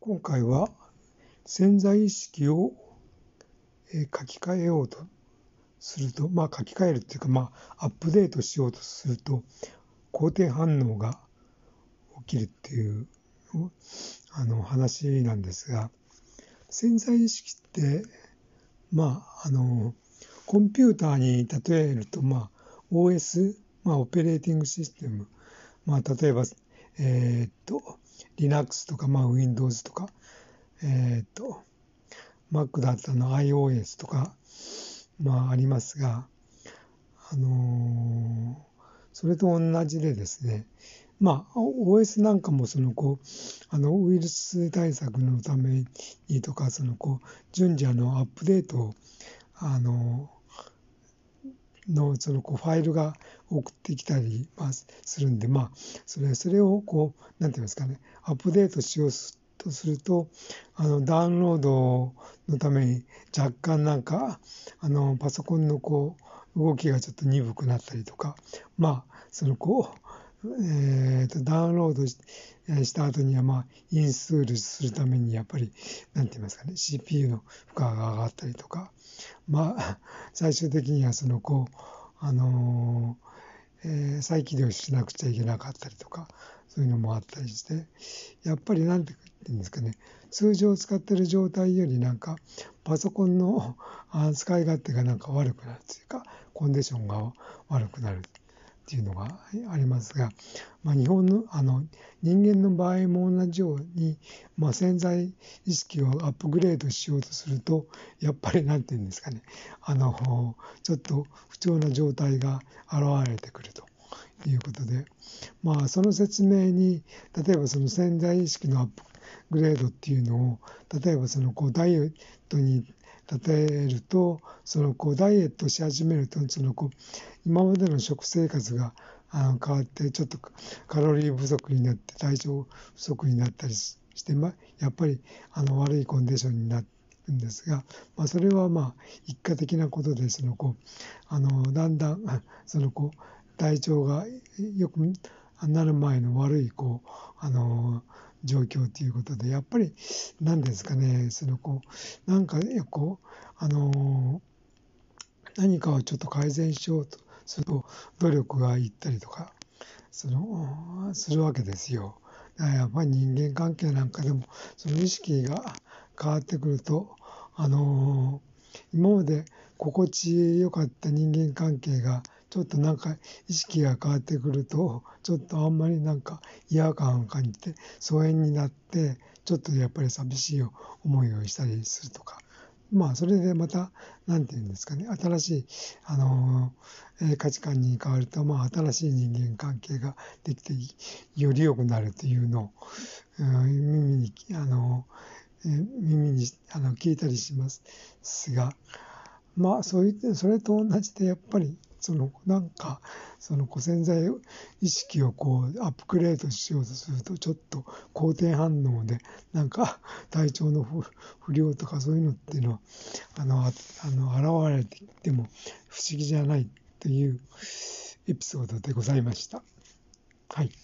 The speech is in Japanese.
今回は潜在意識を書き換えようとすると、書き換えるっていうか、アップデートしようとすると肯定反応が起きるっていう話なんですが、潜在意識って、コンピューターに例えると、OS、オペレーティングシステム、例えば、Linux とか、Windows とか、Mac だったの iOS とか、ありますが、それと同じでですね、OS なんかもウイルス対策のためにとか、順次アップデートを、のファイルが送ってきたりするんで、それをなんていうんですかね、アップデートしようとすると、ダウンロードのために若干パソコンの動きがちょっと鈍くなったりとか、ダウンロードした後にはインストールするためにやっぱりなんて言いますかね、 CPU の負荷が上がったりとか、最終的には再起動しなくちゃいけなかったりとか、そういうのもあったりして、やっぱりなんて言うんですかね、通常使ってる状態よりパソコンの使い勝手が悪くなるというか、コンディションが悪くなるっていうのがありますが、日本の人間の場合も同じように、潜在意識をアップグレードしようとすると、やっぱりなんて言うんですかね、ちょっと不調な状態が現れてくるということで、その説明に、例えばその潜在意識のアップグレードっていうのを、例えばダイエットに例えると、ダイエットし始めると、今までの食生活が変わって、ちょっとカロリー不足になって体調不足になったりして、やっぱり悪いコンディションになっていくんですが、それは一過的なことで、だんだん体調が良くなる前の悪い状況ということで、やっぱり何ですかね、何かをちょっと改善しようとすると努力がいったりとかするわけですよ。だからやっぱり人間関係なんかでもその意識が変わってくると、今まで心地よかった人間関係がちょっと意識が変わってくると、ちょっとあんまり違和感を感じて疎遠になって、ちょっとやっぱり寂しい思いをしたりするとか、それでまたなんていうんですかね、新しい価値観に変わると、新しい人間関係ができてより良くなるというのを、耳に聞いたりしますが、そういうそれと同じで、やっぱり潜在意識をアップグレードしようとすると、ちょっと肯定反応で体調の不良とかそういうのっていうのは現れてきても不思議じゃないというエピソードでございました。はい。